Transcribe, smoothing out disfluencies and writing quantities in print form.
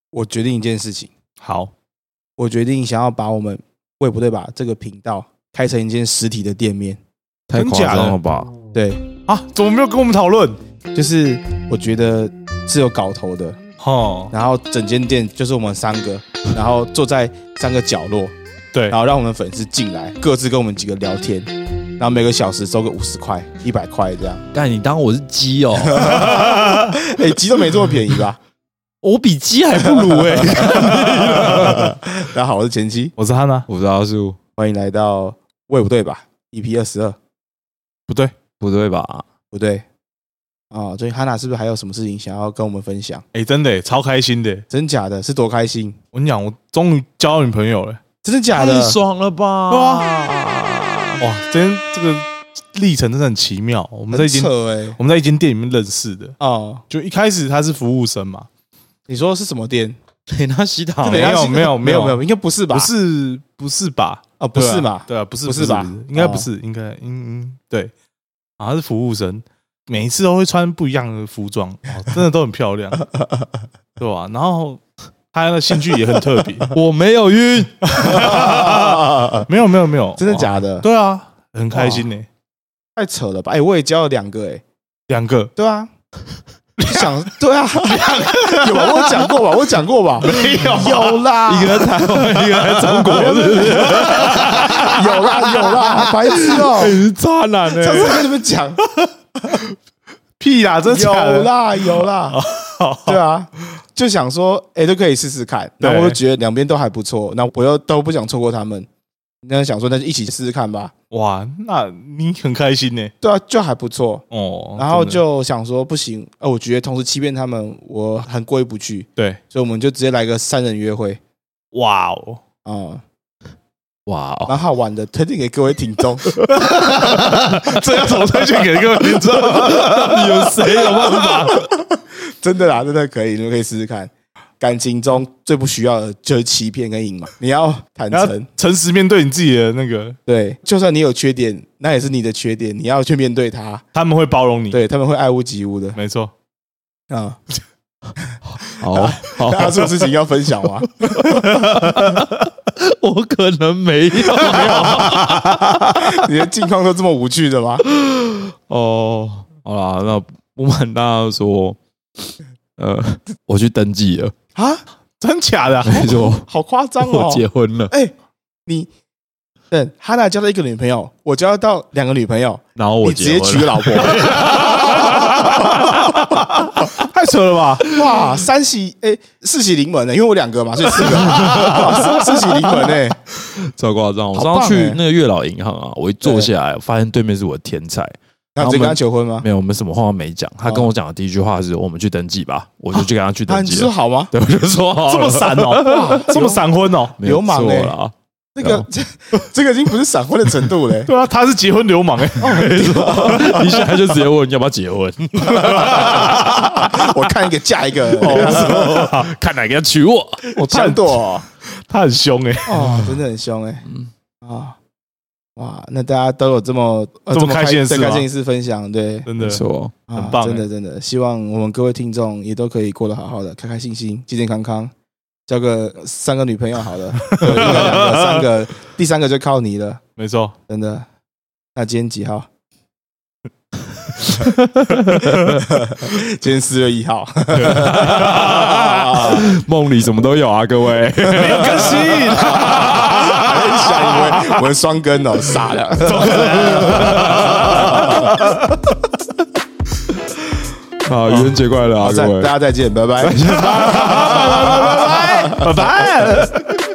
我决定一件事情。 好， 我决定想要把我们喂不对吧这个频道开成一间实体的店面。 太夸张了吧？ 对啊，怎么没有跟我们讨论？ 就是我觉得是有搞头的。然后整间店就是我们3个，然后坐在3个角落， 对， 然后让我们粉丝进来，各自跟我们几个聊天，然后每个小时收个50块、100块这样。 干，你当我是鸡哦？ 哎，鸡都没这么便宜吧？ 我比鸡还不如哎！ 大家好，我是前妻， 我是汉娜， 我是阿树， 欢迎来到喂不对吧 EP 22。 不对， 不对吧？ 不对啊！最近哈娜是不是还有什么事情想要跟我们分享？ 真的超开心的， 真假的？是多开心！ 我跟你讲，我终于交到女朋友了， 真的假的？ 太爽了吧！ 对啊！哇，今天这个历程真的很奇妙。我们在一间店里面认识的哦，就一开始他是服务生嘛。 你说是什么店？ 雷纳西塔？ 没有， 应该不是吧？ 不是吧？ 哦，不是嘛？ 对啊，不是吧？应该不是，应该对。他是服务生，每一次都会穿不一样的服装，真的都很漂亮，对吧？然后他的兴趣也很特别， 我没有晕， 没有， 真的假的？ 对啊，很开心呢， 太扯了吧？我也交了2个 2个， 对啊。对啊，有吧？我讲过吧？ 没有， 有啦， 一个在台湾，一个在中国，是不是？ 有啦，白痴哦， 你是渣男呢！ 上次跟你们讲， 屁啦，真的有啦，对啊，就想说，都可以试试看，然后我就觉得两边都还不错，那我又都不想错过他们，那想说那就一起试试看吧。 哇，那你很开心呢？ 对啊，就还不错哦。 然后就想说不行，我觉得同时欺骗他们，我很过意不去。 对， 所以我们就直接来个3人约会。 哇哦， 哇哦， 蛮好玩的，推荐给各位听众。 这要怎么推荐给各位听众？有谁有办法？ 真的啦，真的可以，你们可以试试看。感情中最不需要的就是欺骗跟隐瞒，你要坦诚、 诚实面对你自己的那个。 对，就算你有缺点，那也是你的缺点，你要去面对它。 他们会包容你， 对，他们会爱屋及乌的。 没错。 好， 大家什么事情要分享吗？ 我可能没有。 你的近况都这么无趣的吗？ 哦，好啦，那不瞒大家说，我去登记了啊， 真假的？ 没错， 好夸张哦！ 我结婚了。 你等哈娜交到1个女朋友，我交到2个女朋友， 然后我你直接娶个老婆， 太扯了吧！ 哇，4喜临门因为我2个嘛，所以4个，4喜临门超夸张！我上次去那个月老银行啊，我一坐下来，发现对面是我的天才。 那你跟他求婚吗？ 没有，我们什么话都没讲。他跟我讲的第一句话是：“我们去登记吧。”我就去跟他去登记了。 你说好吗？ 对，我就说好。 这么闪哦，这么闪婚哦， 流氓啦！ 这个已经不是闪婚的程度嘞。 对啊，他是结婚流氓一下就直接问要不要结婚。 我看一个嫁一个， 看哪个要娶我。 我太多， 他很凶真的很凶哇，那大家都有这么开心的事， 开心的事分享，对， 真的没错， 很棒， 真的，希望我们各位听众也都可以过得好好的，开开心心，健健康康，交个3个女朋友好了，1个、2个、3个，第3个就靠你了， 没错， 真的。那今天几号？今天4月1号。 梦里什么都有啊，各位， 没有更新。 想以为我们双更傻了。 好，愚人节快乐啊，各位！ 大家再见，拜拜， 拜拜。